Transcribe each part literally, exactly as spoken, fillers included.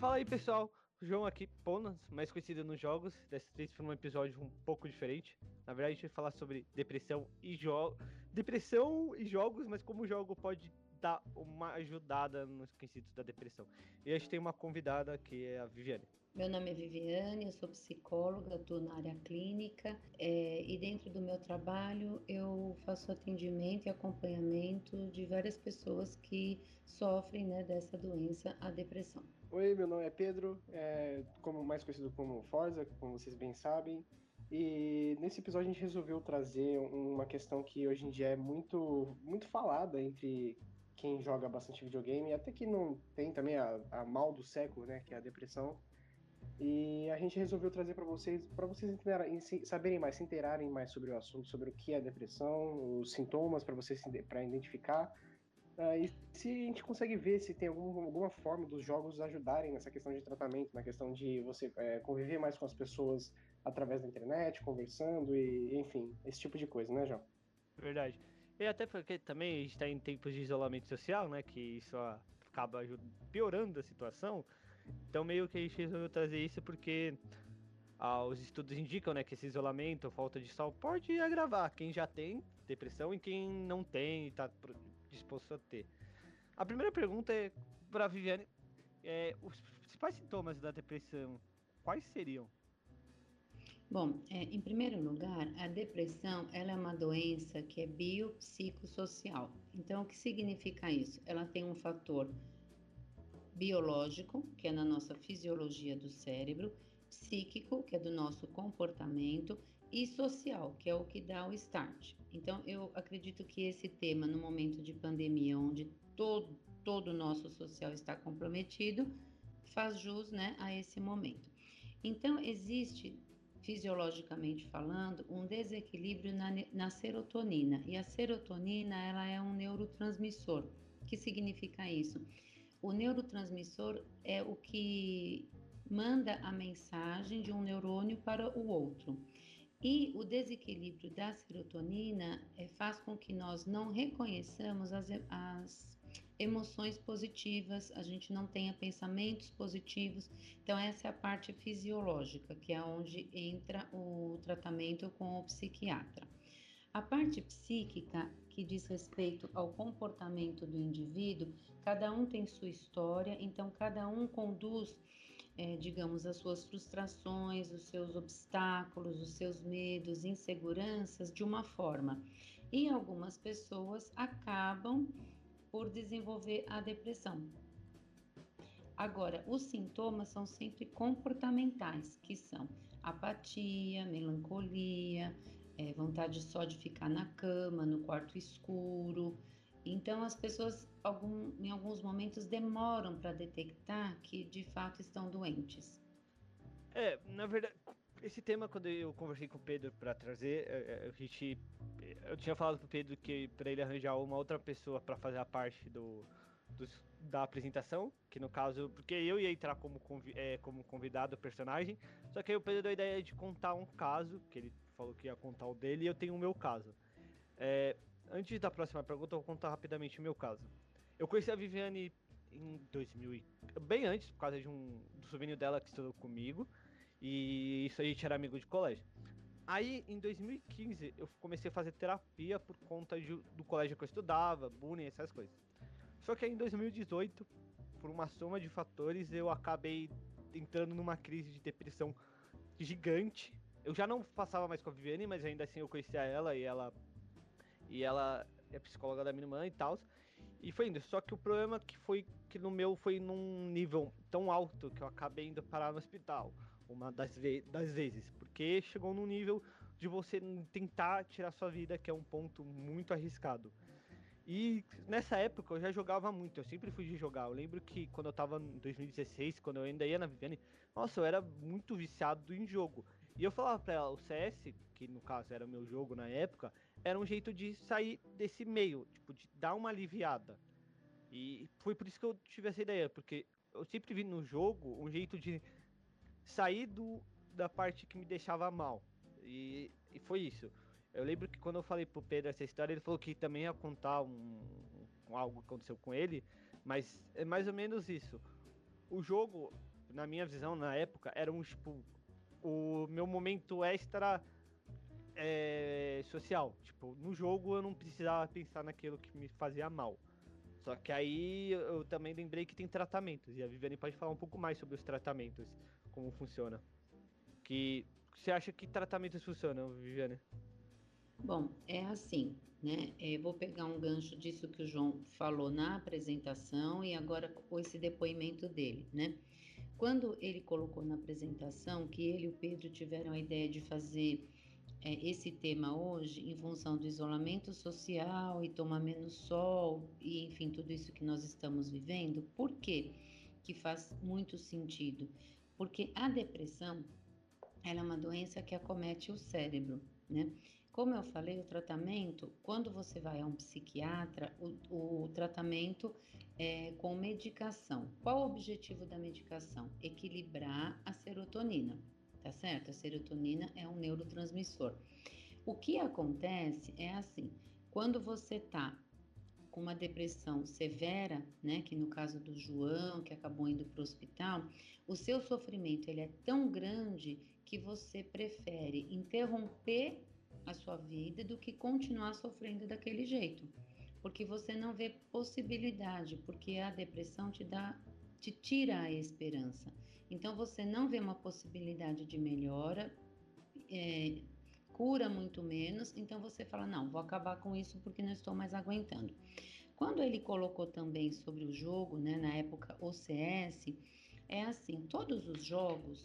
Fala aí, pessoal. O João aqui, Ponas, mais conhecido nos jogos. Dessa vez foi um episódio um pouco diferente. Na verdade, a gente vai falar sobre depressão e jogos. Depressão e jogos, mas como o jogo pode dar uma ajudada nos quesitos da depressão. E a gente tem uma convidada que é a Viviane. Meu nome é Viviane, eu sou psicóloga, estou na área clínica é, e dentro do meu trabalho eu faço atendimento e acompanhamento de várias pessoas que sofrem, né, dessa doença, a depressão. Oi, meu nome é Pedro, é, como mais conhecido como Forza, como vocês bem sabem, e nesse episódio a gente resolveu trazer uma questão que hoje em dia é muito, muito falada entre quem joga bastante videogame, e até que não tem também a, a mal do século, né, que é a depressão. E a gente resolveu trazer para vocês, para vocês entenderem, saberem mais, se inteirarem mais sobre o assunto, sobre o que é a depressão, os sintomas para vocês para identificar. Uh, e se a gente consegue ver se tem algum, alguma forma dos jogos ajudarem nessa questão de tratamento, na questão de você é, conviver mais com as pessoas através da internet, conversando e, enfim, esse tipo de coisa, né, João? Verdade. E até porque também a gente está em tempos de isolamento social, né? Que isso acaba piorando a situação. Então meio que a gente resolveu trazer isso porque ah, os estudos indicam, né, que esse isolamento, falta de sol, pode agravar quem já tem depressão e quem não tem e está disposto a ter. A primeira pergunta é para a Viviane, é, os principais sintomas da depressão, quais seriam? Bom, é, em primeiro lugar, a depressão ela é uma doença que é biopsicossocial. Então, o que significa isso? Ela tem um fator biológico, que é na nossa fisiologia do cérebro, psíquico, que é do nosso comportamento, e social, que é o que dá o start. Então, eu acredito que esse tema, no momento de pandemia, onde todo, todo o nosso social está comprometido, faz jus, né, a esse momento. Então, existe, fisiologicamente falando, um desequilíbrio na, na serotonina. E a serotonina, ela é um neurotransmissor. O que significa isso? O neurotransmissor é o que manda a mensagem de um neurônio para o outro. E o desequilíbrio da serotonina é, faz com que nós não reconheçamos as, as emoções positivas, a gente não tenha pensamentos positivos. Então, essa é a parte fisiológica, que é onde entra o tratamento com o psiquiatra. A parte psíquica, que diz respeito ao comportamento do indivíduo, cada um tem sua história, então cada um conduz, é, digamos, as suas frustrações, os seus obstáculos, os seus medos, inseguranças de uma forma. E algumas pessoas acabam por desenvolver a depressão. Agora, os sintomas são sempre comportamentais, que são apatia, melancolia, é, vontade só de ficar na cama, no quarto escuro. Então, as pessoas, algum, em alguns momentos, demoram para detectar que de fato estão doentes. É, na verdade, esse tema, quando eu conversei com o Pedro para trazer, a gente, eu tinha falado pro Pedro que para ele arranjar uma outra pessoa para fazer a parte do, do, da apresentação, que no caso, porque eu ia entrar como, convi, é, como convidado, personagem, só que aí o Pedro deu a ideia de contar um caso, que ele falou que ia contar o dele, e eu tenho o meu caso. É, antes da próxima pergunta, eu vou contar rapidamente o meu caso. Eu conheci a Viviane em dois mil, bem antes, por causa de um do sobrinho dela que estudou comigo, e isso a gente era amigo de colégio. Aí, em dois mil e quinze, eu comecei a fazer terapia por conta de, do colégio que eu estudava, bullying, essas coisas. Só que aí, em dois mil e dezoito, por uma soma de fatores, eu acabei entrando numa crise de depressão gigante. Eu já não passava mais com a Viviane, mas ainda assim eu conhecia ela e ela e ela é psicóloga da minha irmã e tal. E foi indo. Só que o problema que foi que no meu foi num nível tão alto que eu acabei indo parar no hospital. Uma das, ve das vezes. Porque chegou num nível de você tentar tirar sua vida, que é um ponto muito arriscado. E nessa época eu já jogava muito, eu sempre fui de jogar. Eu lembro que quando eu tava em dois mil e dezesseis, quando eu ainda ia na Viviane, nossa, eu era muito viciado em jogo. E eu falava pra ela, o C S, que no caso era o meu jogo na época, era um jeito de sair desse meio, tipo, de dar uma aliviada. E foi por isso que eu tive essa ideia, porque eu sempre vi no jogo um jeito de sair do, da parte que me deixava mal. E, e foi isso. Eu lembro que quando eu falei pro Pedro essa história, ele falou que também ia contar um, um algo que aconteceu com ele, mas é mais ou menos isso. O jogo, na minha visão, na época, era um, tipo, o meu momento extra é, social. Tipo, no jogo eu não precisava pensar naquilo que me fazia mal. Só que aí eu também lembrei que tem tratamentos, e a Viviane pode falar um pouco mais sobre os tratamentos, como funciona. Que você acha que tratamentos funcionam, Viviane? Bom, é assim, né? É, vou pegar um gancho disso que o João falou na apresentação e agora com esse depoimento dele, né? Quando ele colocou na apresentação que ele e o Pedro tiveram a ideia de fazer é, esse tema hoje em função do isolamento social e tomar menos sol e enfim tudo isso que nós estamos vivendo, por quê? Que faz muito sentido? Porque a depressão ela é uma doença que acomete o cérebro, né? Como eu falei, o tratamento, quando você vai a um psiquiatra, o, o tratamento é com medicação. Qual o objetivo da medicação? Equilibrar a serotonina, tá certo? A serotonina é um neurotransmissor. O que acontece é assim, quando você tá com uma depressão severa, né, que no caso do João, que acabou indo para o hospital, o seu sofrimento ele é tão grande que você prefere interromper a sua vida do que continuar sofrendo daquele jeito, porque você não vê possibilidade, porque a depressão te dá, te tira a esperança. Então você não vê uma possibilidade de melhora, é, cura muito menos, então você fala, não, vou acabar com isso porque não estou mais aguentando. Quando ele colocou também sobre o jogo, né, na época O C S, é assim, todos os jogos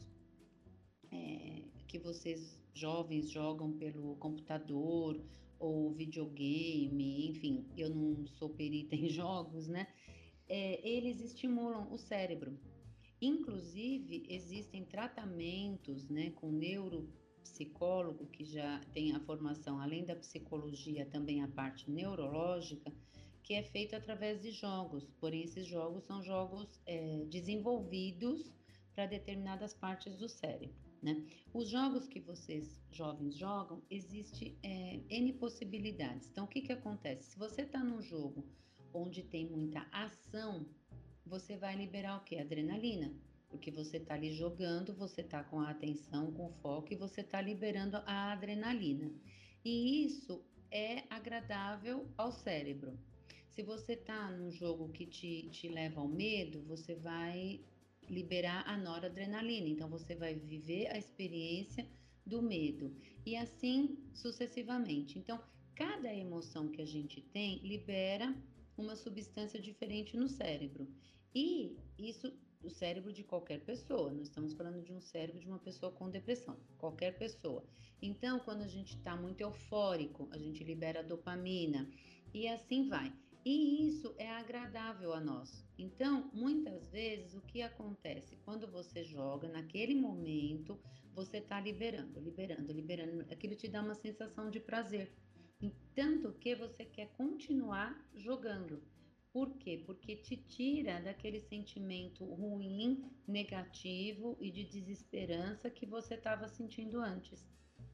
é, que vocês jovens jogam pelo computador ou videogame, enfim, eu não sou perita em jogos, né, é, eles estimulam o cérebro. Inclusive, existem tratamentos, né, com neuropsicólogo, que já tem a formação, além da psicologia, também a parte neurológica, que é feito através de jogos. Porém, esses jogos são jogos é, desenvolvidos para determinadas partes do cérebro, né? Os jogos que vocês, jovens, jogam, existe é, N possibilidades. Então, o que que acontece? Se você está num jogo onde tem muita ação, você vai liberar o que? Adrenalina, porque você está ali jogando, você está com a atenção, com foco e você está liberando a adrenalina. E isso é agradável ao cérebro. Se você está num jogo que te, te leva ao medo, você vai liberar a noradrenalina, então você vai viver a experiência do medo e assim sucessivamente. Então, cada emoção que a gente tem libera uma substância diferente no cérebro. E isso, o cérebro de qualquer pessoa, nós estamos falando de um cérebro de uma pessoa com depressão, qualquer pessoa. Então, quando a gente está muito eufórico, a gente libera dopamina e assim vai. E isso é agradável a nós. Então, muitas vezes, o que acontece? Quando você joga, naquele momento, você está liberando, liberando, liberando. Aquilo te dá uma sensação de prazer. Tanto que você quer continuar jogando. Por quê? Porque te tira daquele sentimento ruim, negativo e de desesperança que você estava sentindo antes.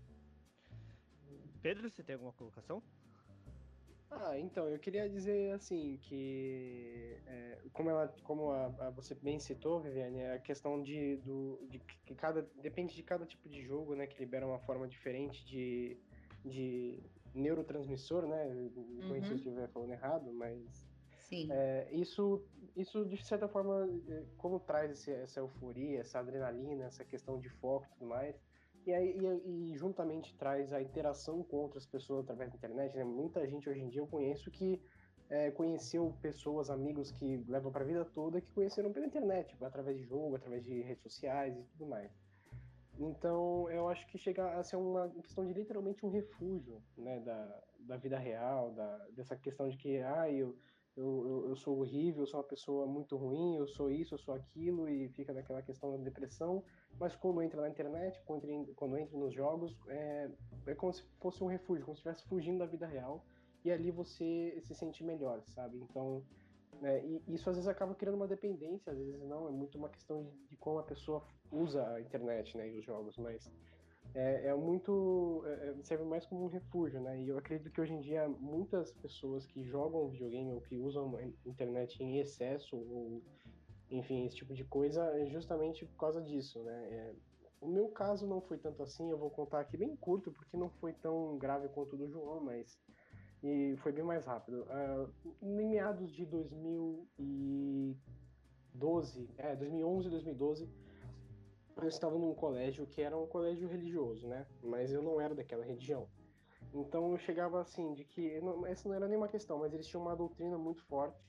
Pedro, você tem alguma colocação? Ah, então, eu queria dizer assim que, é, como ela, como a, a você bem citou, Viviane, a questão de, do, de que cada, depende de cada tipo de jogo, né, que libera uma forma diferente de, de neurotransmissor, né, me corrija se eu Uhum, estiver falando errado, mas sim. é, isso, isso de certa forma, é, como traz esse, essa euforia, essa adrenalina, essa questão de foco e tudo mais, e, aí, e, e juntamente traz a interação com outras pessoas através da internet, né? Muita gente hoje em dia eu conheço que é, conheceu pessoas, amigos que levam para a vida toda, que conheceram pela internet, tipo, através de jogo, através de redes sociais e tudo mais. Então, eu acho que chega a ser uma questão de literalmente um refúgio, né, da, da vida real, da, dessa questão de que, ah, eu, eu, eu sou horrível, eu sou uma pessoa muito ruim, eu sou isso, eu sou aquilo, e fica naquela questão da depressão. Mas quando entra na internet, quando entra, quando entra nos jogos, é, é como se fosse um refúgio, como se estivesse fugindo da vida real, e ali você se sente melhor, sabe? Então, né? E isso às vezes acaba criando uma dependência, às vezes não, é muito uma questão de, de como a pessoa usa a internet, né, e os jogos, mas é, é muito, é, serve mais como um refúgio, né, e eu acredito que hoje em dia muitas pessoas que jogam videogame ou que usam a internet em excesso ou enfim, esse tipo de coisa, é justamente por causa disso, né? É, o meu caso não foi tanto assim, eu vou contar aqui bem curto, porque não foi tão grave quanto o do João, mas e foi bem mais rápido. Uh, em meados de dois mil e doze, é, dois mil e onze, dois mil e doze, eu estava num colégio que era um colégio religioso, né? Mas eu não era daquela religião. Então eu chegava assim, de que, não, essa não era nenhuma questão, mas eles tinham uma doutrina muito forte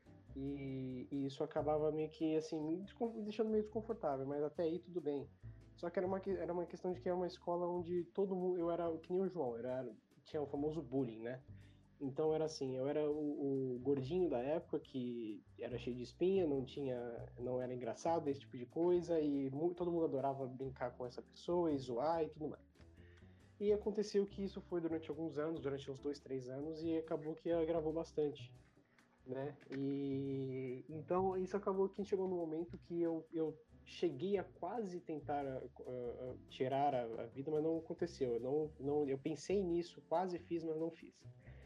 e, e isso acabava meio que, assim, me, me deixando meio desconfortável, mas até aí tudo bem. Só que era uma, era uma questão de que era uma escola onde todo mundo, eu era que nem o João, era, tinha o famoso bullying, né? Então era assim, eu era o, o gordinho da época que era cheio de espinha, não tinha, não era engraçado, esse tipo de coisa, e mu- todo mundo adorava brincar com essa pessoa e zoar e tudo mais. E aconteceu que isso foi durante alguns anos, durante uns dois, três anos, e acabou que agravou bastante, né? E então isso acabou que chegou no momento que eu, eu cheguei a quase tentar uh, uh, tirar a, a vida, mas não aconteceu. Eu não, não, eu pensei nisso, quase fiz, mas não fiz.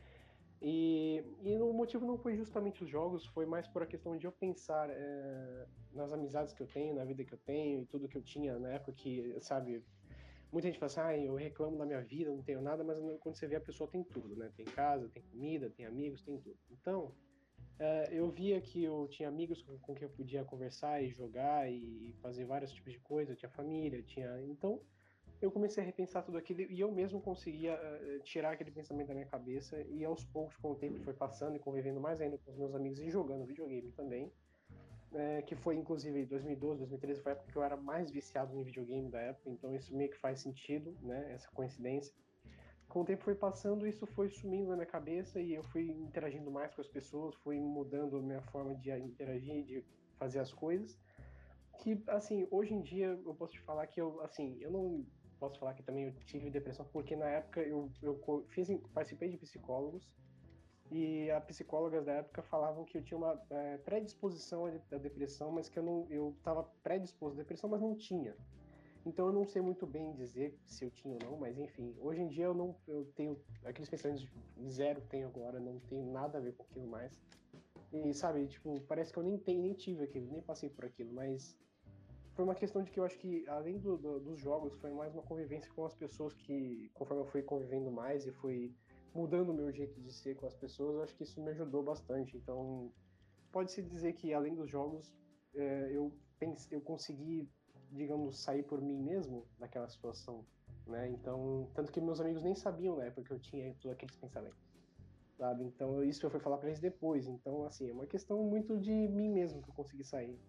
E, e o motivo não foi justamente os jogos, foi mais por a questão de eu pensar é, nas amizades que eu tenho, na vida que eu tenho e tudo que eu tinha na época que, sabe, muita gente fala assim, ah, eu reclamo da minha vida, não tenho nada, mas quando você vê a pessoa tem tudo, né? Tem casa, tem comida, tem amigos, tem tudo. Então, é, eu via que eu tinha amigos com, com quem eu podia conversar e jogar e fazer vários tipos de coisas, eu tinha família, tinha... Então, eu comecei a repensar tudo aquilo e eu mesmo conseguia uh, tirar aquele pensamento da minha cabeça e aos poucos, com o tempo foi passando e convivendo mais ainda com os meus amigos e jogando videogame também, é, que foi inclusive dois mil e doze, dois mil e treze, foi a época que eu era mais viciado em videogame da época, então isso meio que faz sentido, né, essa coincidência. Com o tempo foi passando, isso foi sumindo na minha cabeça e eu fui interagindo mais com as pessoas, fui mudando a minha forma de interagir, de fazer as coisas, que, assim, hoje em dia eu posso te falar que eu, assim, eu não posso falar que também eu tive depressão, porque na época eu, eu fiz, participei de psicólogos e as psicólogas da época falavam que eu tinha uma é, predisposição à depressão, mas que eu não, eu estava predisposto à depressão, mas não tinha. Então eu não sei muito bem dizer se eu tinha ou não, mas enfim, hoje em dia eu não, eu tenho aqueles pensamentos de zero que tenho agora, não tenho nada a ver com aquilo mais. E sabe, tipo, parece que eu nem tenho, nem tive aquilo, nem passei por aquilo, mas foi uma questão de que eu acho que, além do, do, dos jogos, foi mais uma convivência com as pessoas que, conforme eu fui convivendo mais e fui mudando o meu jeito de ser com as pessoas, eu acho que isso me ajudou bastante. Então, pode-se dizer que, além dos jogos, é, eu, pense, eu consegui, digamos, sair por mim mesmo daquela situação, né? Então, tanto que meus amigos nem sabiam, né, porque eu tinha todos aqueles pensamentos, sabe? Então, isso eu fui falar para eles depois. Então, assim, é uma questão muito de mim mesmo que eu consegui sair.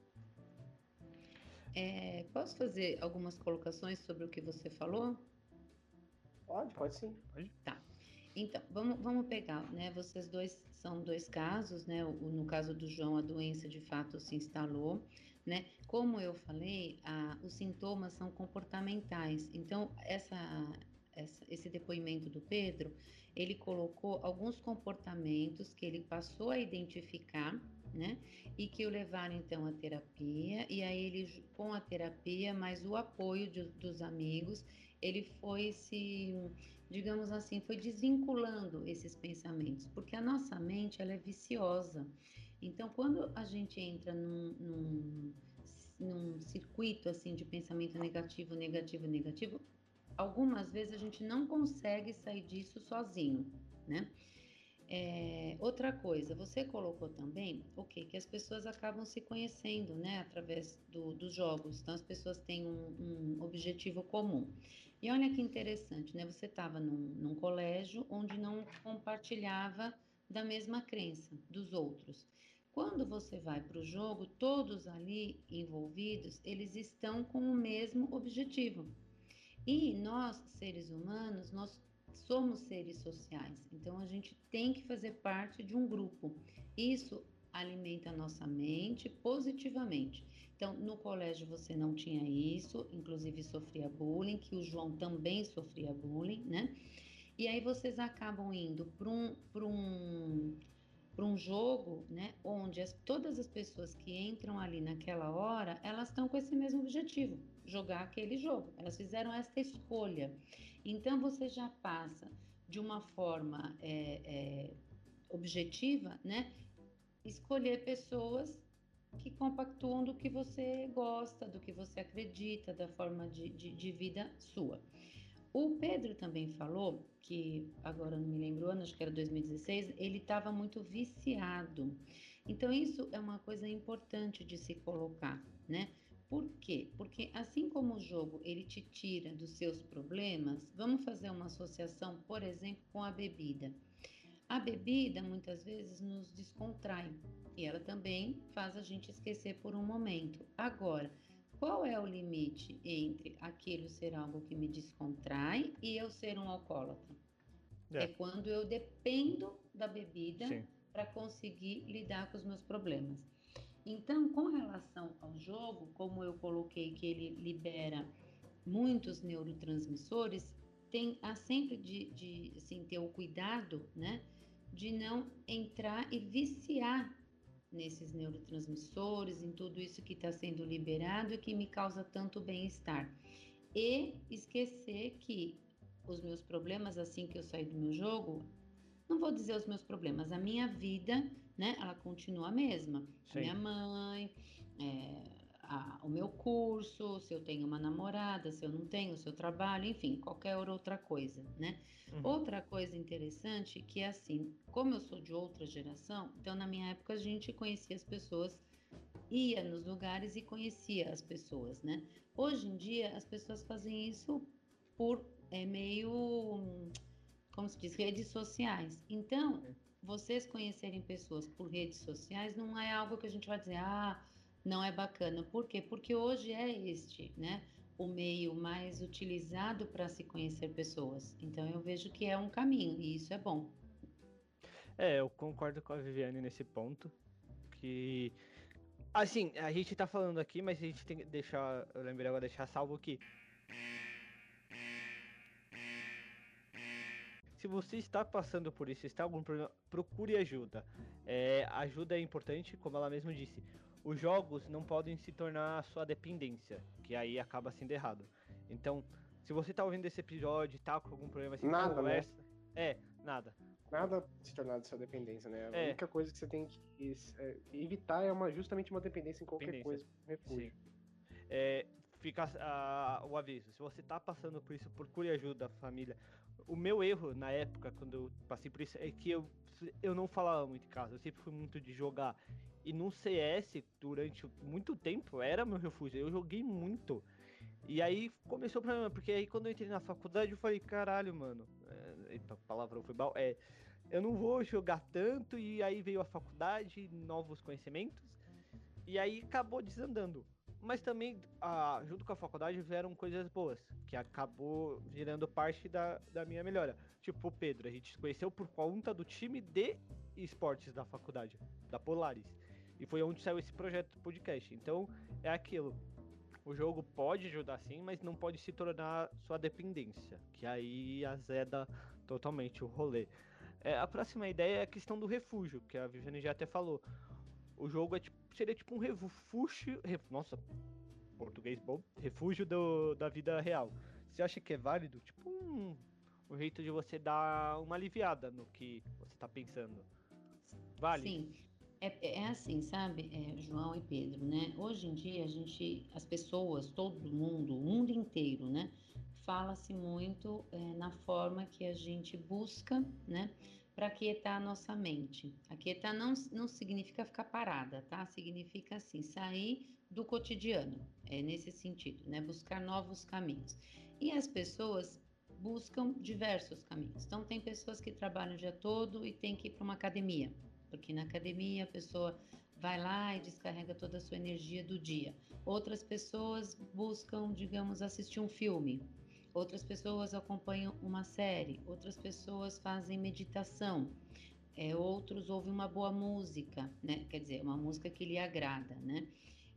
É, posso fazer algumas colocações sobre o que você falou? Pode, pode sim. Pode? Tá. Então, vamos, vamos pegar, né? Vocês dois são dois casos, né? O, no caso do João, a doença de fato se instalou, né? Como eu falei, a, os sintomas são comportamentais. Então, essa, essa, esse depoimento do Pedro, ele colocou alguns comportamentos que ele passou a identificar, né? E que o levaram então à terapia, e aí ele, com a terapia, mais o apoio de, dos amigos, ele foi se, digamos assim, foi desvinculando esses pensamentos, porque a nossa mente, ela é viciosa. Então, quando a gente entra num, num, num circuito assim de pensamento negativo, negativo, negativo, algumas vezes a gente não consegue sair disso sozinho, né? É, outra coisa, você colocou também o okay, que as pessoas acabam se conhecendo, né, através do, dos jogos. Então, as pessoas têm um, um objetivo comum. E olha que interessante, né? Você estava num, num colégio onde não compartilhava da mesma crença dos outros. Quando você vai para o jogo, todos ali envolvidos, eles estão com o mesmo objetivo. E nós, seres humanos, nós somos seres sociais, então a gente tem que fazer parte de um grupo. Isso alimenta a nossa mente positivamente. Então, no colégio você não tinha isso, inclusive sofria bullying, que o João também sofria bullying, né? E aí vocês acabam indo para um, para um, para um jogo, né, onde as, todas as pessoas que entram ali naquela hora, elas estão com esse mesmo objetivo, jogar aquele jogo. Elas fizeram essa escolha. Então você já passa de uma forma é, é, objetiva, né, escolher pessoas que compactuam do que você gosta, do que você acredita, da forma de, de, de vida sua. O Pedro também falou que, agora eu não me lembro o ano, acho que era dois mil e dezesseis, ele estava muito viciado. Então, isso é uma coisa importante de se colocar, né? Por quê? Porque assim como o jogo ele te tira dos seus problemas, vamos fazer uma associação, por exemplo, com a bebida. A bebida muitas vezes nos descontrai e ela também faz a gente esquecer por um momento. Agora, qual é o limite entre aquilo ser algo que me descontrai e eu ser um alcoólatra? É, é quando eu dependo da bebida para conseguir lidar com os meus problemas. Então, com relação ao jogo, como eu coloquei que ele libera muitos neurotransmissores, tem a sempre de, de assim, ter o cuidado, né, de não entrar e viciar nesses neurotransmissores, em tudo isso que está sendo liberado e que me causa tanto bem-estar. E esquecer que os meus problemas, assim que eu sair do meu jogo, não vou dizer os meus problemas, a minha vida, né, ela continua a mesma. Sim. A minha mãe, é, a, o meu curso, se eu tenho uma namorada, se eu não tenho, o seu trabalho, enfim, qualquer outra coisa, né? Uhum. Outra coisa interessante que é assim, como eu sou de outra geração, então na minha época a gente conhecia as pessoas, ia nos lugares e conhecia as pessoas, né? Hoje em dia as pessoas fazem isso por é meio, como se diz, redes sociais. Então, vocês conhecerem pessoas por redes sociais não é algo que a gente vai dizer, ah, não é bacana. Por quê? Porque hoje é este, né, o meio mais utilizado para se conhecer pessoas. Então, eu vejo que é um caminho e isso é bom. É, eu concordo com a Viviane nesse ponto, que, assim, a gente tá falando aqui, mas a gente tem que deixar, eu lembrei agora, deixar salvo que se você está passando por isso, está algum problema, procure ajuda. É, ajuda é importante, como ela mesma disse. Os jogos não podem se tornar a sua dependência, que aí acaba sendo errado. Então, se você está ouvindo esse episódio e tá com algum problema, assim, nada, conversa. Né? É, nada. Nada se tornar de sua dependência, né? A é. única coisa que você tem que evitar é uma, justamente uma dependência em qualquer dependência. coisa, refúgio. Sim. É, fica uh, o aviso, se você tá passando por isso, procure ajuda, família. O meu erro na época, quando eu passei por isso, é que eu, eu não falava muito em casa, eu sempre fui muito de jogar. E no C S, durante muito tempo, era meu refúgio, eu joguei muito. E aí começou o problema, porque aí quando eu entrei na faculdade, eu falei, caralho, mano, é, eita, palavra foi mal, é, eu não vou jogar tanto, e aí veio a faculdade, novos conhecimentos, e aí acabou desandando. Mas também, ah, junto com a faculdade, vieram coisas boas, que acabou virando parte da, da minha melhora. Tipo o Pedro, a gente se conheceu por conta do time de esportes da faculdade, da Polaris. E foi onde saiu esse projeto do podcast. Então, é aquilo. O jogo pode ajudar sim, mas não pode se tornar sua dependência, que aí azeda totalmente o rolê. É, a próxima ideia é a questão do refúgio, que a Viviane já até falou. O jogo é tipo, seria tipo um refúgio. Ref, nossa, português bom. Refúgio do, da vida real. Você acha que é válido? Tipo um, um jeito de você dar uma aliviada no que você tá pensando. Vale? Sim. É, é assim, sabe, é, João e Pedro, né? Hoje em dia, a gente, as pessoas, todo mundo, o mundo inteiro, né? Fala-se muito é, na forma que a gente busca, né? Para aquietar a nossa mente. Aquietar não, não significa ficar parada, tá? Significa, assim, sair do cotidiano. É nesse sentido, né? Buscar novos caminhos. E as pessoas buscam diversos caminhos. Então, tem pessoas que trabalham o dia todo e tem que ir para uma academia. Porque na academia a pessoa vai lá e descarrega toda a sua energia do dia. Outras pessoas buscam, digamos, assistir um filme. Outras pessoas acompanham uma série. Outras pessoas fazem meditação. É, outros ouvem uma boa música, né? Quer dizer, uma música que lhe agrada, né?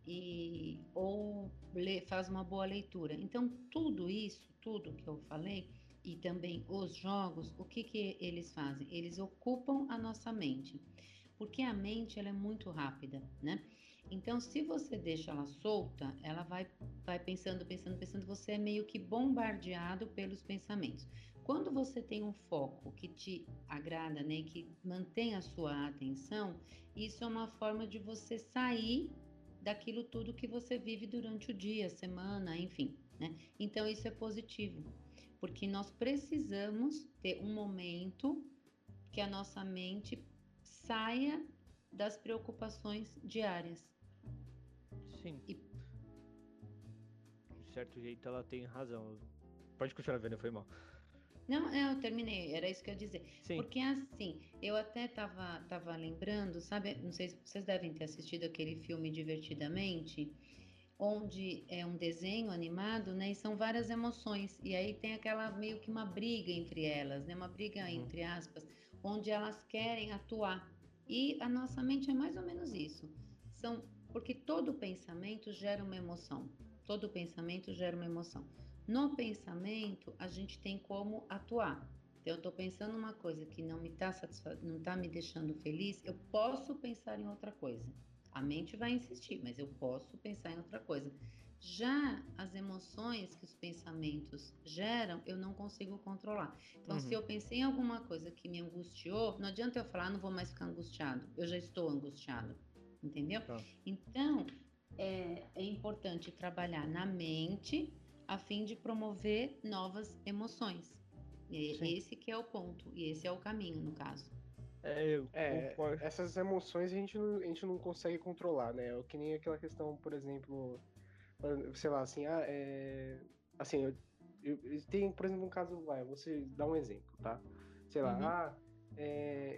E, ou lê, faz uma boa leitura. Então, tudo isso, tudo que eu falei, e também os jogos, o que, que eles fazem? Eles ocupam a nossa mente, porque a mente ela é muito rápida, né? Então, se você deixa ela solta, ela vai, vai pensando, pensando, pensando, você é meio que bombardeado pelos pensamentos. Quando você tem um foco que te agrada, né, que mantém a sua atenção, isso é uma forma de você sair daquilo tudo que você vive durante o dia, semana, enfim, né? Então isso é positivo, porque nós precisamos ter um momento que a nossa mente saia das preocupações diárias. Sim. E... de certo jeito ela tem razão. Pode continuar vendo, foi mal. Não, eu terminei, era isso que eu ia dizer. Sim. Porque assim, eu até tava, tava lembrando, sabe, não sei se vocês devem ter assistido aquele filme Divertidamente, onde é um desenho animado, né, e são várias emoções, e aí tem aquela meio que uma briga entre elas, né, uma briga Uhum. entre aspas, onde elas querem atuar. E a nossa mente é mais ou menos isso. São, porque todo pensamento gera uma emoção. Todo pensamento gera uma emoção. No pensamento, a gente tem como atuar. Então, eu estou pensando uma coisa que não me está satisfa... não está me deixando feliz, eu posso pensar em outra coisa. A mente vai insistir, mas eu posso pensar em outra coisa. Já as emoções que os pensamentos geram, eu não consigo controlar. Então, Uhum. se eu pensei em alguma coisa que me angustiou, não adianta eu falar, não vou mais ficar angustiado. Eu já estou angustiado, entendeu? Tá. Então, é, é importante trabalhar na mente a fim de promover novas emoções. E esse que é o ponto, e esse é o caminho, no caso. É, eu É, concordo. essas emoções a gente, não, a gente não consegue controlar, né? É que nem aquela questão, por exemplo, sei lá, assim, ah, é, assim, eu, eu, eu tem, por exemplo, um caso, vai, você dá um exemplo, tá? Sei lá, Uhum. ah, é,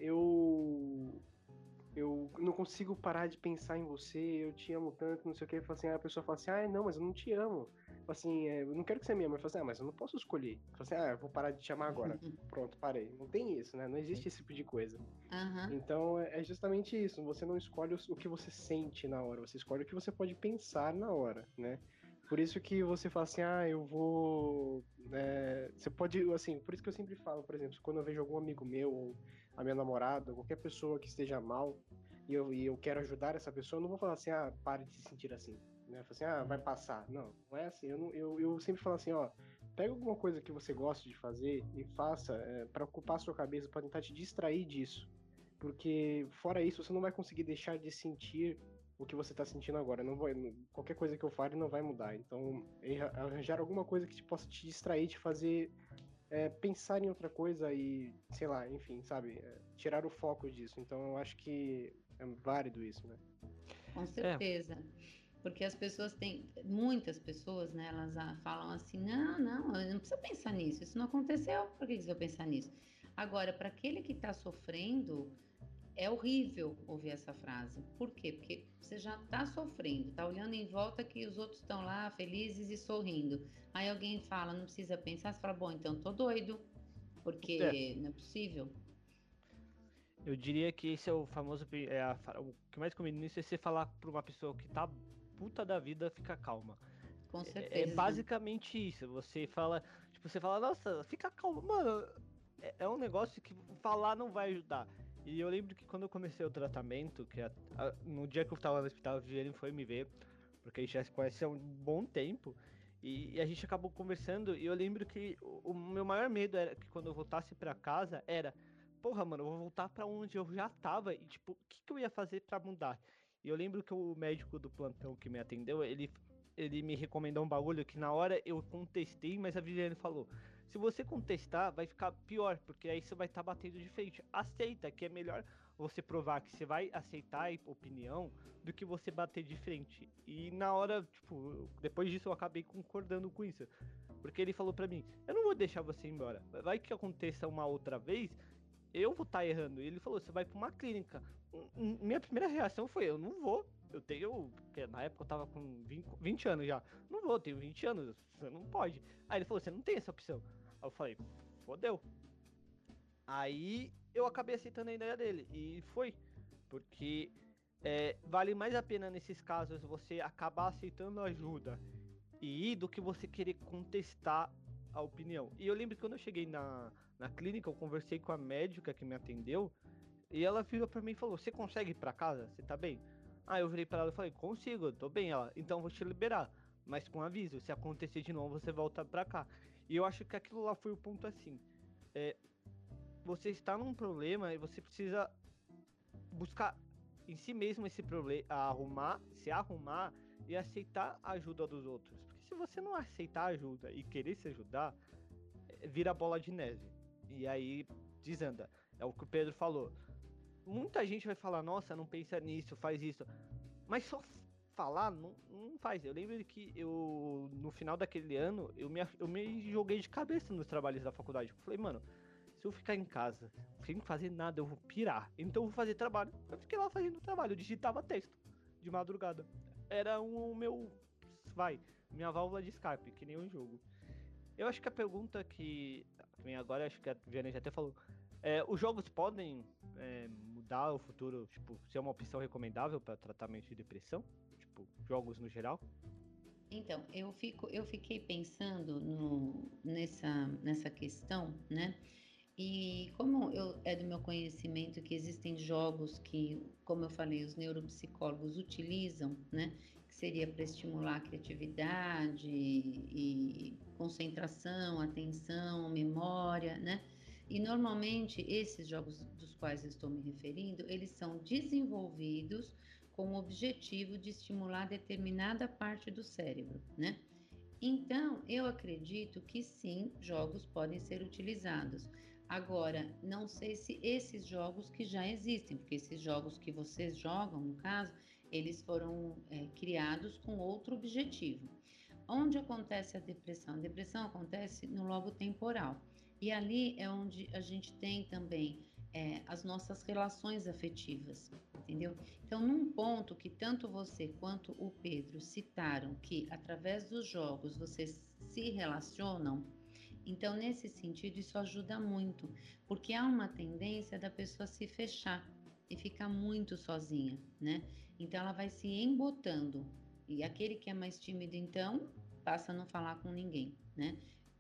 eu eu não consigo parar de pensar em você, eu te amo tanto, não sei o que. Assim, aí a pessoa fala assim, ah, não, mas eu não te amo. Assim, é, eu não quero que você me ame. Eu falo assim, ah, mas eu não posso escolher. Eu falo assim, ah, eu vou parar de te amar agora. Pronto, parei. Não tem isso, né? Não existe esse tipo de coisa. Uhum. Então, é justamente isso. Você não escolhe o que você sente na hora, você escolhe o que você pode pensar na hora, né? Por isso que você fala assim, ah, eu vou... É, você pode, assim, por isso que eu sempre falo, por exemplo, quando eu vejo algum amigo meu, ou a minha namorada, ou qualquer pessoa que esteja mal, e eu, e eu quero ajudar essa pessoa, eu não vou falar assim, ah, pare de se sentir assim, né? Eu falo assim, ah, vai passar. Não, não é assim. Eu, não, eu, eu sempre falo assim, ó, pega alguma coisa que você gosta de fazer e faça é, para ocupar a sua cabeça, para tentar te distrair disso. Porque, fora isso, você não vai conseguir deixar de sentir o que você está sentindo agora. Não vai, qualquer coisa que eu fale não vai mudar. Então, arranjar alguma coisa que te, possa te distrair, te fazer é, pensar em outra coisa e, sei lá, enfim, sabe? É, tirar o foco disso. Então, eu acho que é válido isso, né? Com certeza. É. Porque as pessoas têm, muitas pessoas, né, elas falam assim, não, não, eu não preciso pensar nisso, isso não aconteceu, por que você vai pensar nisso? Agora, para aquele que está sofrendo, é horrível ouvir essa frase. Por quê? Porque você já está sofrendo, está olhando em volta que os outros estão lá felizes e sorrindo. Aí alguém fala, não precisa pensar, você fala, bom, então tô doido, porque é. Não é possível. Eu diria que esse é o famoso. É a, o que mais combina nisso é você falar pra uma pessoa que tá puta da vida, fica calma. Com certeza. É, é basicamente isso. Você fala. Tipo, você fala, nossa, fica calma. Mano, é, é um negócio que falar não vai ajudar. E eu lembro que quando eu comecei o tratamento, que a, a, no dia que eu tava no hospital, o Juliano foi me ver, porque a gente já se conhece há um bom tempo. E, e a gente acabou conversando. E eu lembro que o, o meu maior medo era que quando eu voltasse pra casa era. Porra, mano, eu vou voltar pra onde eu já tava e, tipo, o que, que eu ia fazer pra mudar? E eu lembro que o médico do plantão que me atendeu, ele, ele me recomendou um bagulho que na hora eu contestei, mas a Viviane falou, se você contestar, vai ficar pior, porque aí você vai estar tá batendo de frente. Aceita, que é melhor você provar que você vai aceitar a opinião do que você bater de frente. E na hora, tipo, depois disso eu acabei concordando com isso. Porque ele falou pra mim, eu não vou deixar você ir embora. Vai que aconteça uma outra vez, eu vou estar tá errando. E ele falou, você vai pra uma clínica. Minha primeira reação foi, eu não vou. Eu tenho, porque na época eu tava com vinte, vinte anos já. Não vou, eu tenho vinte anos, você não pode. Aí ele falou, você não tem essa opção. Aí eu falei, fodeu. Aí eu acabei aceitando a ideia dele. E foi. Porque é, vale mais a pena nesses casos você acabar aceitando ajuda e ir do que você querer contestar a opinião. E eu lembro que quando eu cheguei na, na clínica, eu conversei com a médica que me atendeu, e ela virou pra mim e falou, você consegue ir pra casa? Você tá bem? Ah, eu virei pra ela e falei, consigo, eu tô bem. Ela, então eu vou te liberar, mas com aviso, se acontecer de novo, você volta pra cá. E eu acho que aquilo lá foi o ponto assim, é, você está num problema e você precisa buscar em si mesmo esse problema, arrumar, se arrumar e aceitar a ajuda dos outros. Porque se você não aceitar a ajuda e querer se ajudar, vira bola de neve. E aí desanda. É o que o Pedro falou. Muita gente vai falar, nossa, não pensa nisso, faz isso. Mas só falar não, não faz. Eu lembro que eu, no final daquele ano, eu me, eu me joguei de cabeça nos trabalhos da faculdade. Eu falei, mano, se eu ficar em casa sem fazer nada, eu vou pirar. Então eu vou fazer trabalho. Eu fiquei lá fazendo trabalho, eu digitava texto de madrugada. Era o um, meu, vai, minha válvula de escape, que nem um jogo. Eu acho que a pergunta que vem agora, acho que a Vianney já até falou, é, os jogos podem é, mudar o futuro, tipo, ser uma opção recomendável para tratamento de depressão? Tipo, jogos no geral? Então, eu, fico, eu fiquei pensando no, nessa, nessa questão, né? E como eu, é do meu conhecimento que existem jogos que, como eu falei, os neuropsicólogos utilizam, né? Que seria para estimular a criatividade e concentração, atenção, memória, né? E normalmente esses jogos dos quais eu estou me referindo, eles são desenvolvidos com o objetivo de estimular determinada parte do cérebro, né? Então, eu acredito que sim, jogos podem ser utilizados. Agora, não sei se esses jogos que já existem, porque esses jogos que vocês jogam, no caso, eles foram é, criados com outro objetivo. Onde acontece a depressão? A depressão acontece no lobo temporal. E ali é onde a gente tem também é, as nossas relações afetivas, entendeu? Então, num ponto que tanto você quanto o Pedro citaram que através dos jogos vocês se relacionam, então nesse sentido isso ajuda muito, porque há uma tendência da pessoa se fechar e ficar muito sozinha, né? Então ela vai se embotando e aquele que é mais tímido então passa a não falar com ninguém, né?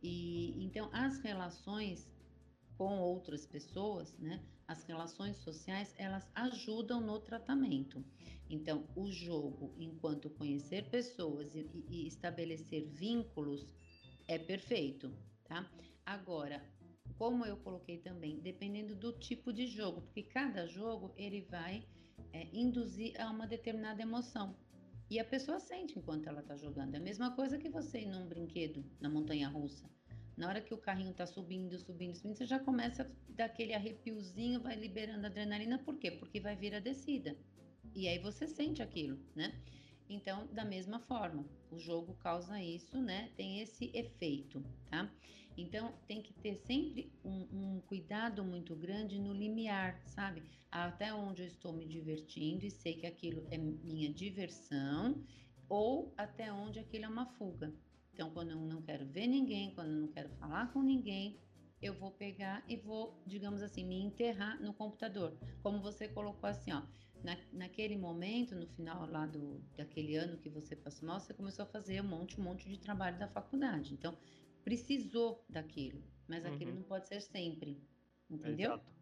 E então as relações com outras pessoas, né? As relações sociais, elas ajudam no tratamento. Então, o jogo, enquanto conhecer pessoas e, e estabelecer vínculos, é perfeito, tá? Agora, como eu coloquei também, dependendo do tipo de jogo, porque cada jogo, ele vai é, induzir a uma determinada emoção. E a pessoa sente enquanto ela está jogando. É a mesma coisa que você ir num brinquedo, na montanha-russa. Na hora que o carrinho tá subindo, subindo, subindo, você já começa a dar aquele arrepiozinho, vai liberando adrenalina, por quê? Porque vai vir a descida. E aí você sente aquilo, né? Então, da mesma forma, o jogo causa isso, né? Tem esse efeito, tá? Então, tem que ter sempre um, um cuidado muito grande no limiar, sabe? Até onde eu estou me divertindo e sei que aquilo é minha diversão, ou até onde aquilo é uma fuga. Então, quando eu não quero ver ninguém, quando eu não quero falar com ninguém, eu vou pegar e vou, digamos assim, me enterrar no computador. Como você colocou assim, ó, na, naquele momento, no final lá do, daquele ano que você passou mal, você começou a fazer um monte, um monte de trabalho da faculdade. Então, precisou daquilo, mas Uhum. aquilo não pode ser sempre, entendeu? Exato.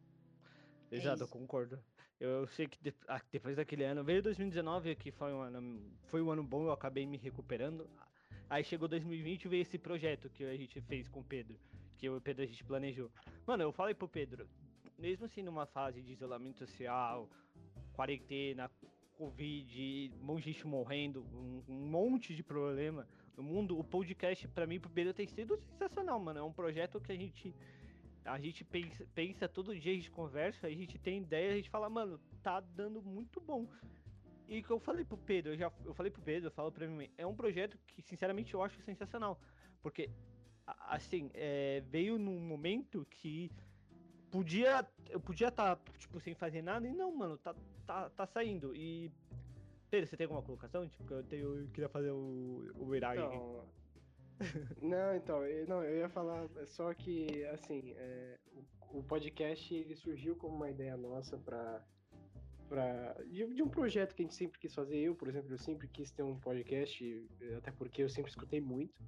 É Exato, eu isso. concordo. Eu, eu sei que de- ah, depois daquele ano, veio dois mil e dezenove, que foi um ano, foi um ano bom, eu acabei me recuperando. Aí chegou dois mil e vinte e veio esse projeto que a gente fez com o Pedro, que eu e o Pedro a gente planejou. Mano, eu falei pro Pedro, mesmo assim numa fase de isolamento social, quarentena, Covid, um monte de gente morrendo, um, um monte de problema no mundo, o podcast pra mim, pro Pedro, tem sido sensacional, mano. É um projeto que a gente a gente pensa, pensa todo dia, a gente conversa, a gente tem ideia, a gente fala, mano, tá dando muito bom. E que eu falei pro Pedro, eu já eu falei pro Pedro, eu falo pra mim, é um projeto que sinceramente eu acho sensacional, porque a- assim, é, veio num momento que podia eu podia estar tá, tipo sem fazer nada e não, mano, tá tá, tá saindo. E Pedro, você tem alguma colocação? Tipo, eu tenho eu queria fazer o o Irag aqui. Então, não, então, eu, não, eu ia falar só que, assim, é, o, o podcast ele surgiu como uma ideia nossa para para de, de um projeto que a gente sempre quis fazer. Eu, por exemplo, eu sempre quis ter um podcast, até porque eu sempre escutei muito.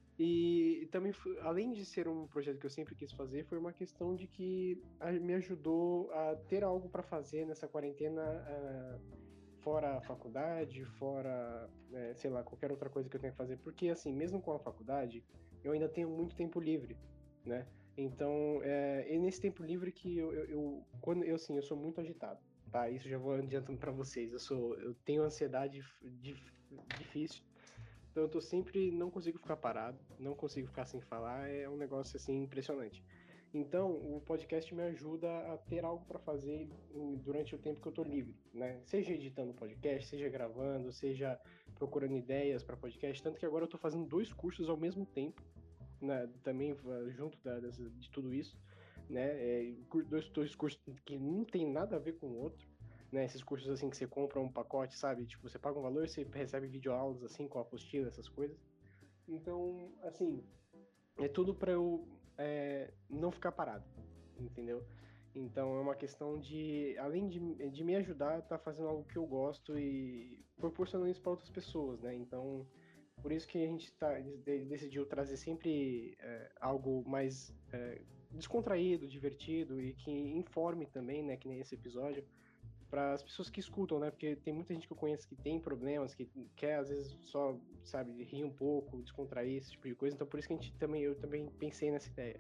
E também, foi- além de ser um projeto que eu sempre quis fazer, foi uma questão de que a- me ajudou a ter algo para fazer nessa quarentena, ah, fora a faculdade, fora, né, sei lá, qualquer outra coisa que eu tenha que fazer. Porque, assim, mesmo com a faculdade, eu ainda tenho muito tempo livre, né? Então, é, é nesse tempo livre que eu, eu, eu- quando eu, assim, eu sou muito agitado. tá? Isso já vou adiantando pra vocês. Eu sou, eu tenho ansiedade dif- difícil, então eu tô sempre, não consigo ficar parado, não consigo ficar sem falar, é um negócio assim impressionante. Então, o podcast me ajuda a ter algo para fazer em- durante o tempo que eu tô livre, né? Seja editando podcast, seja gravando, seja procurando ideias para podcast, tanto que agora eu tô fazendo dois cursos ao mesmo tempo, né? Também uh, junto da- dessa- de tudo isso, né? É, cur- dois, dois cursos que não tem nada a ver com o outro, né? Esses cursos assim que você compra um pacote, sabe? Tipo, você paga um valor, você recebe videoaulas assim com apostila, essas coisas. Então, assim, é tudo para eu é, não ficar parado, entendeu? Então é uma questão de, além de, de me ajudar, tá fazendo algo que eu gosto e proporcionando isso para outras pessoas, né? Então, por isso que a gente tá, de- decidiu trazer sempre é, algo mais é, descontraído, divertido e que informe também, né? Que nem esse episódio, para as pessoas que escutam, né? Porque tem muita gente que eu conheço que tem problemas, que quer às vezes só, sabe, rir um pouco, descontrair esse tipo de coisa. Então por isso que a gente também, eu também pensei nessa ideia.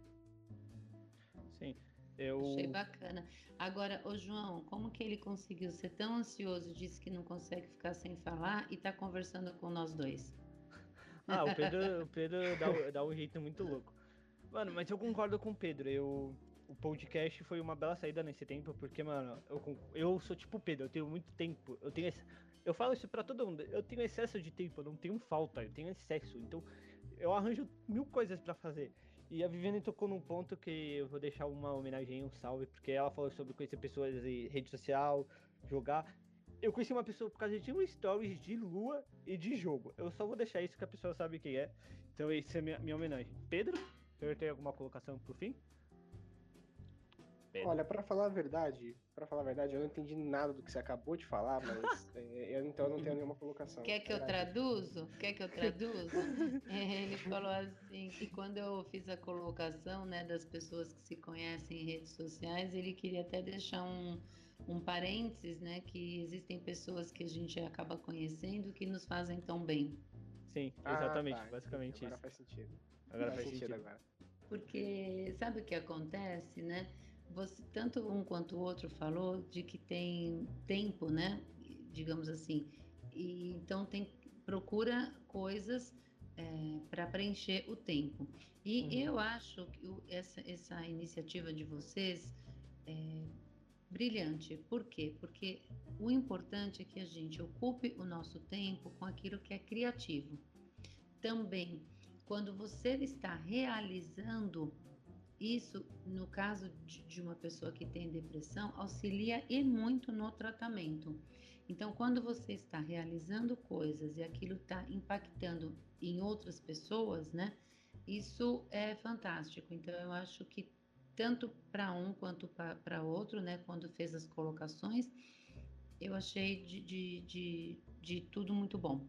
Sim, Achei eu. bacana. Agora, ô João, como que ele conseguiu ser tão ansioso, disse que não consegue ficar sem falar e tá conversando com nós dois? Ah, o Pedro, o Pedro dá, o- dá um jeito muito louco. Mano, mas eu concordo com o Pedro. Eu, o podcast foi uma bela saída nesse tempo, porque, mano, eu, con- eu sou tipo o Pedro, eu tenho muito tempo. Eu tenho esse- eu falo isso pra todo mundo. Eu tenho excesso de tempo, eu não tenho falta, eu tenho excesso. Então, eu arranjo mil coisas pra fazer. E a Viviane tocou num ponto que eu vou deixar uma homenagem, um salve, porque ela falou sobre conhecer pessoas em rede social, jogar. Eu conheci uma pessoa por causa de um stories de lua e de jogo. Eu só vou deixar isso que a pessoa sabe quem é. Então, essa é minha, minha homenagem. Pedro? O senhor tem alguma colocação pro fim? Pedro. Olha, para falar a verdade, para falar a verdade, eu não entendi nada do que você acabou de falar, mas é, eu, então eu não tenho nenhuma colocação. Quer que eu Agradeço. traduzo? Quer que eu traduza? É, ele falou assim, e quando eu fiz a colocação, né, das pessoas que se conhecem em redes sociais, ele queria até deixar um, um parênteses, né, que existem pessoas que a gente acaba conhecendo que nos fazem tão bem. Sim, Ah, exatamente, tá, entendi. basicamente Agora isso. faz sentido. Agora Faz faz sentido sentido. agora. Porque sabe o que acontece, né? Você, tanto um quanto o outro falou de que tem tempo, né? Digamos assim. E então tem procura coisas é, para preencher o tempo. E Uhum. eu acho que o- essa, essa iniciativa de vocês é brilhante. Por quê? Porque o importante é que a gente ocupe o nosso tempo com aquilo que é criativo. Também, quando você está realizando isso, no caso de, de uma pessoa que tem depressão, auxilia e muito no tratamento. Então, quando você está realizando coisas e aquilo está impactando em outras pessoas, né? Isso é fantástico. Então, eu acho que tanto para um quanto para outro, né? Quando fez as colocações, eu achei de, de, de, de tudo muito bom.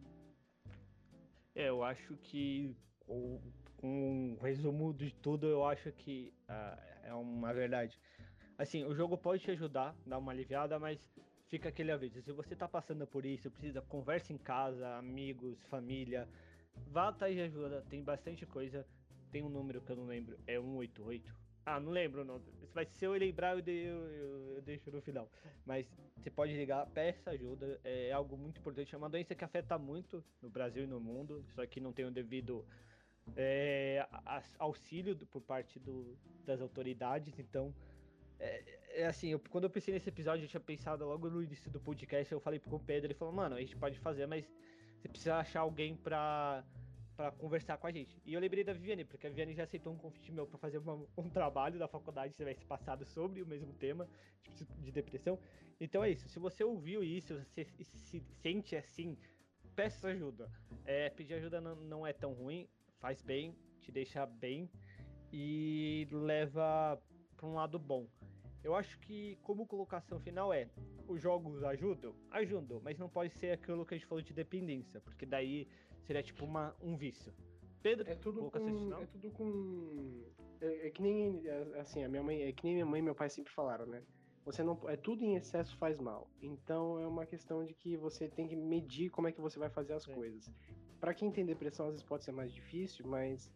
É, eu acho que o- com um resumo de tudo, eu acho que ah, é uma verdade. Assim, o jogo pode te ajudar, dar uma aliviada, mas fica aquele aviso. Se você tá passando por isso, precisa, conversa em casa, amigos, família, vá atrás de ajuda, tem bastante coisa. Tem um número que eu não lembro, é um oito oito. Ah, não lembro o nome. Mas se eu lembrar, eu, de- eu, eu- eu deixo no final. Mas você pode ligar, peça ajuda, é algo muito importante. É uma doença que afeta muito no Brasil e no mundo, só que não tem o devido é, a- auxílio do- por parte do, das autoridades, então é, é assim, eu- quando eu pensei nesse episódio, eu tinha pensado logo no início do podcast, eu falei com o Pedro, ele falou, mano, a gente pode fazer, mas você precisa achar alguém pra, pra conversar com a gente. E eu lembrei da Viviane, porque a Viviane já aceitou um convite meu pra fazer uma- um trabalho da faculdade semestre passado sobre o mesmo tema, tipo, de depressão. Então é isso, se você ouviu isso, você se sente assim, peça ajuda. É, pedir ajuda não, não é tão ruim, faz bem, te deixa bem e leva pra um lado bom. Eu acho que, como colocação final é, os jogos ajudam? Ajudam, mas não pode ser aquilo que a gente falou de dependência, porque daí seria tipo uma, um vício. Pedro, É tudo colocação com. final? É tudo com. É, é que nem. é, Assim, a minha mãe. É que nem minha mãe e meu pai sempre falaram, né? Você não. É tudo em excesso faz mal. Então é uma questão de que você tem que medir como é que você vai fazer as Sim. coisas. Pra quem tem depressão, às vezes pode ser mais difícil, mas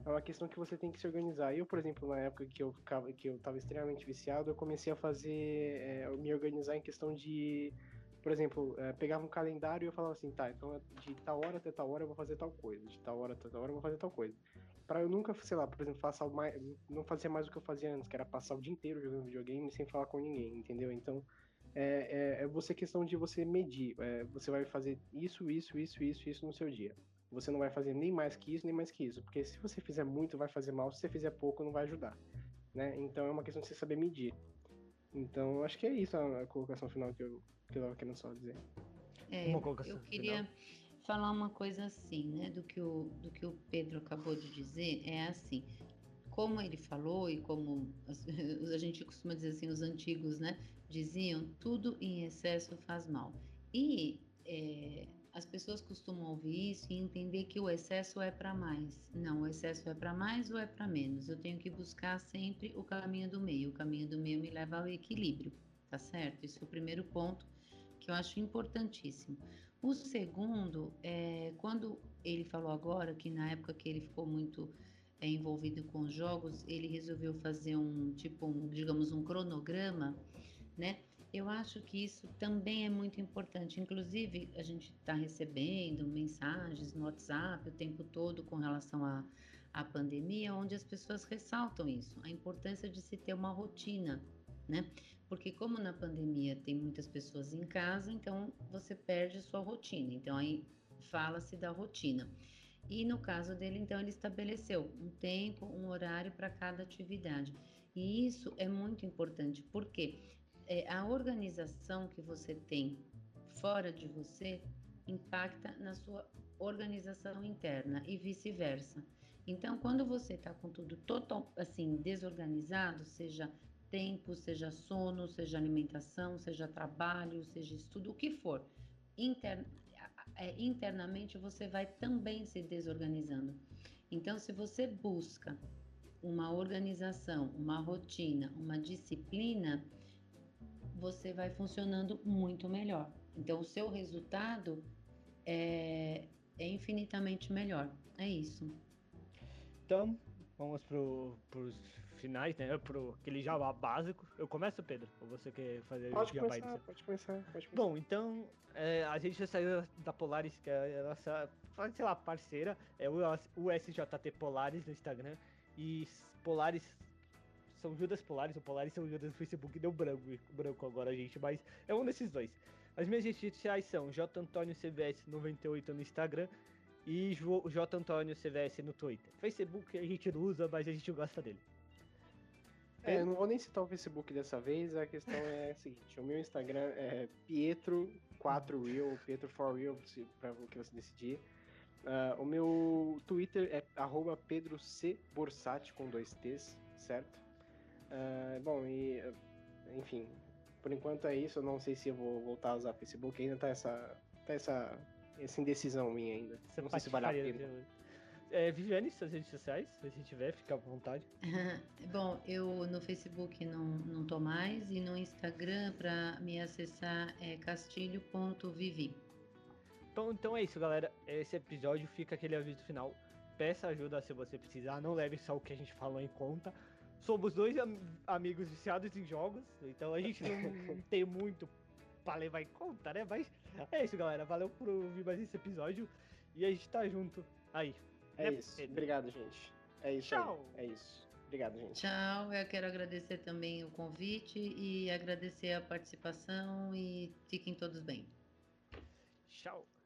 é uma questão que você tem que se organizar. Eu, por exemplo, na época que eu ficava, que eu estava extremamente viciado, eu comecei a fazer, é, me organizar em questão de, por exemplo, é, pegava um calendário e eu falava assim, tá, então de tal hora até tal hora eu vou fazer tal coisa, de tal hora até tal hora eu vou fazer tal coisa. Para eu nunca, sei lá, por exemplo, passar mais, não fazer mais o que eu fazia antes, que era passar o dia inteiro jogando videogame sem falar com ninguém, entendeu? Então, é, é, é você questão de você medir. É, você vai fazer isso, isso, isso, isso, isso no seu dia. Você não vai fazer nem mais que isso, nem mais que isso. Porque se você fizer muito, vai fazer mal. Se você fizer pouco, não vai ajudar. Né? Então é uma questão de você saber medir. Então, eu acho que é isso a, a colocação final que eu, que eu tava querendo só dizer. É, Uma eu colocação queria final. falar uma coisa assim, né? Do que o, do que o Pedro acabou de dizer, é assim. Como ele falou e como a gente costuma dizer assim, os antigos, né, diziam, tudo em excesso faz mal. E é, as pessoas costumam ouvir isso e entender que o excesso é para mais. Não, o excesso é para mais ou é para menos. Eu tenho que buscar sempre o caminho do meio. O caminho do meio me leva ao equilíbrio, tá certo? Esse é o primeiro ponto que eu acho importantíssimo. O segundo é quando ele falou agora que na época que ele ficou muito é, envolvido com jogos, ele resolveu fazer um tipo, um, digamos, um cronograma, né? Eu acho que isso também é muito importante. Inclusive, a gente está recebendo mensagens no WhatsApp o tempo todo com relação à, à pandemia, onde as pessoas ressaltam isso, a importância de se ter uma rotina, né? Porque como na pandemia tem muitas pessoas em casa, então você perde a sua rotina. Então aí fala-se da rotina. E no caso dele, então, ele estabeleceu um tempo, um horário para cada atividade. E isso é muito importante, porque é, a organização que você tem fora de você impacta na sua organização interna e vice-versa. Então, quando você está com tudo total, assim, desorganizado, seja tempo, seja sono, seja alimentação, seja trabalho, seja estudo, o que for, inter, é, internamente você vai também se desorganizando. Então, se você busca uma organização, uma rotina, uma disciplina, você vai funcionando muito melhor. Então, o seu resultado é, é infinitamente melhor. É isso. Então, vamos pro, pros finais, né? Pro aquele jabá básico. Eu começo, Pedro? Ou você quer fazer o Pode jabá começar, inicial? pode começar, pode começar. Bom, então, é, a gente já saiu da Polaris, que é a nossa, sei lá, parceira. É o S J T Polaris no Instagram. E Polaris são Judas Polaris, ou Polaris são Judas no Facebook. Deu branco, branco agora, gente, mas é um desses dois. As minhas redes sociais são J Antônio C V S noventa e oito no Instagram e J Antônio C V S no Twitter. Facebook a gente não usa, mas a gente gosta dele. É, eu não vou nem citar o Facebook dessa vez, a questão é a seguinte, o meu Instagram é Pietro quatro Real, Pietro for Real, para o que você decidir. Uh, o meu Twitter é arroba Pedro C. Borsati, com dois T's, certo? Uh, bom, e enfim, por enquanto é isso, eu não sei se eu vou voltar a usar Facebook, ainda tá essa, tá essa, essa indecisão minha ainda. Você não sei se vale a pena. É, Viviane, suas redes sociais, se tiver, fica à vontade. Bom, eu no Facebook não, não tô mais e no Instagram para me acessar é castilho ponto vivi. Então, então é isso, galera. Esse episódio fica aquele aviso final. Peça ajuda se você precisar, não leve só o que a gente falou em conta. Somos dois am amigos viciados em jogos, então a gente não, não tem muito pra levar em conta, né? Mas é isso, galera. Valeu por ouvir mais esse episódio e a gente tá junto aí. É né, isso. Pedro? Obrigado, gente. É isso Tchau. aí. É isso. Obrigado, gente. Tchau, eu quero agradecer também o convite e agradecer a participação e fiquem todos bem. Tchau.